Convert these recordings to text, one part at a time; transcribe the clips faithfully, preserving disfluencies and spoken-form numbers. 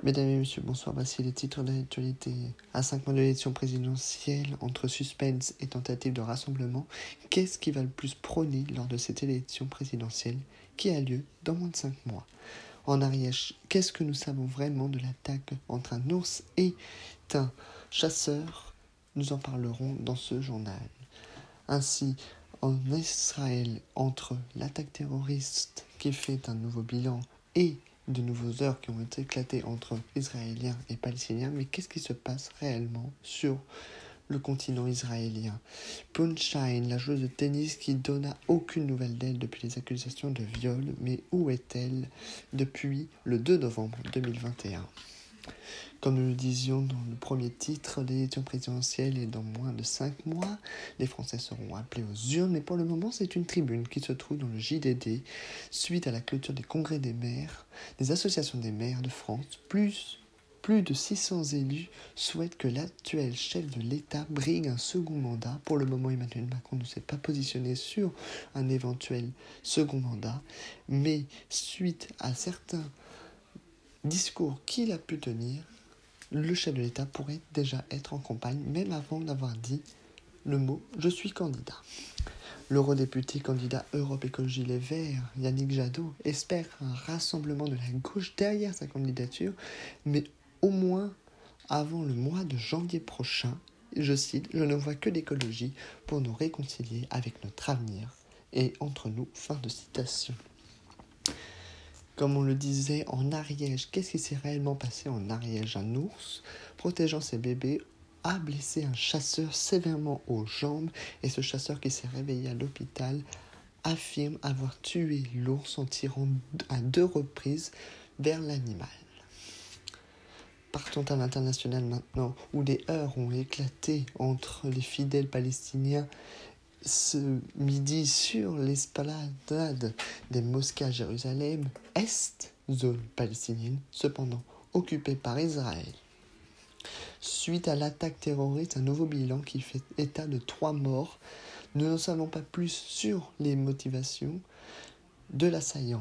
Mesdames et messieurs, bonsoir. Voici les titres de l'actualité. À cinq mois de l'élection présidentielle, entre suspense et tentative de rassemblement, qu'est-ce qui va le plus prôner lors de cette élection présidentielle qui a lieu dans moins de cinq mois? En Ariège, qu'est-ce que nous savons vraiment de l'attaque entre un ours et un chasseur? Nous en parlerons dans ce journal. Ainsi, en Israël, entre l'attaque terroriste qui fait un nouveau bilan et de nouveaux heures qui ont été éclatées entre Israéliens et Palestiniens, mais qu'est-ce qui se passe réellement sur le continent israélien? Punchline, la joueuse de tennis qui donna aucune nouvelle d'elle depuis les accusations de viol, mais où est-elle depuis le deux novembre deux mille vingt et un? Comme nous le disions dans le premier titre, l'élection présidentielle est dans moins de cinq mois. Les Français seront appelés aux urnes, mais pour le moment, c'est une tribune qui se trouve dans le J D D. Suite à la clôture des congrès des maires, des associations des maires de France, plus, plus de six cents élus souhaitent que l'actuel chef de l'État brigue un second mandat. Pour le moment, Emmanuel Macron ne s'est pas positionné sur un éventuel second mandat, mais suite à certains discours qu'il a pu tenir, le chef de l'État pourrait déjà être en campagne, même avant d'avoir dit le mot « je suis candidat ». L'eurodéputé candidat Europe Écologie Les Verts, Yannick Jadot, espère un rassemblement de la gauche derrière sa candidature, mais au moins avant le mois de janvier prochain. Je cite « Je ne vois que l'écologie pour nous réconcilier avec notre avenir et entre nous ». Fin de citation. Comme on le disait en Ariège, qu'est-ce qui s'est réellement passé en Ariège? Un ours, protégeant ses bébés, a blessé un chasseur sévèrement aux jambes et ce chasseur qui s'est réveillé à l'hôpital affirme avoir tué l'ours en tirant à deux reprises vers l'animal. Partons à l'international maintenant, où des heurts ont éclaté entre les fidèles palestiniens ce midi sur l'esplanade des mosquées à Jérusalem Est, zone palestinienne, cependant occupée par Israël. Suite à l'attaque terroriste, un nouveau bilan qui fait état de trois morts. Nous n'en savons pas plus sur les motivations de l'assaillant.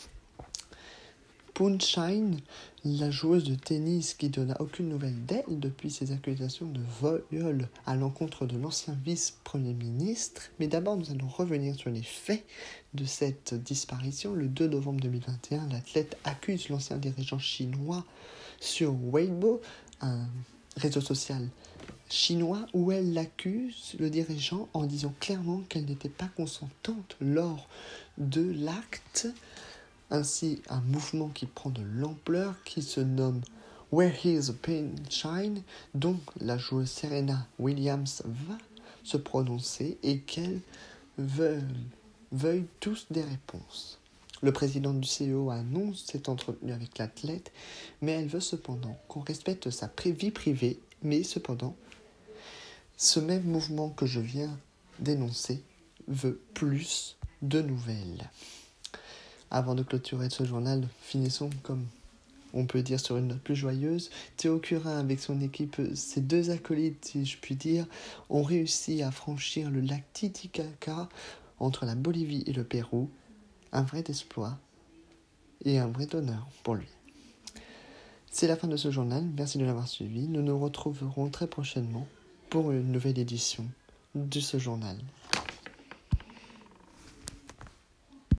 Punchline, la joueuse de tennis qui donna aucune nouvelle d'elle depuis ses accusations de viol à l'encontre de l'ancien vice-premier ministre. Mais d'abord, nous allons revenir sur les faits de cette disparition. Le deux novembre deux mille vingt et un, l'athlète accuse l'ancien dirigeant chinois sur Weibo, un réseau social chinois, où elle l'accuse, le dirigeant, en disant clairement qu'elle n'était pas consentante lors de l'acte. Ainsi, un mouvement qui prend de l'ampleur, qui se nomme Where Is Punchline, dont la joueuse Serena Williams va se prononcer et qu'elle veuille, veuille tous des réponses. Le président du C E O annonce s'être entretenu avec l'athlète, mais elle veut cependant qu'on respecte sa vie privée, mais cependant, ce même mouvement que je viens d'énoncer veut plus de nouvelles. Avant de clôturer ce journal, finissons comme on peut dire sur une note plus joyeuse. Théo Curin avec son équipe, ses deux acolytes si je puis dire, ont réussi à franchir le lac Titicaca entre la Bolivie et le Pérou. Un vrai exploit et un vrai honneur pour lui. C'est la fin de ce journal, merci de l'avoir suivi. Nous nous retrouverons très prochainement pour une nouvelle édition de ce journal.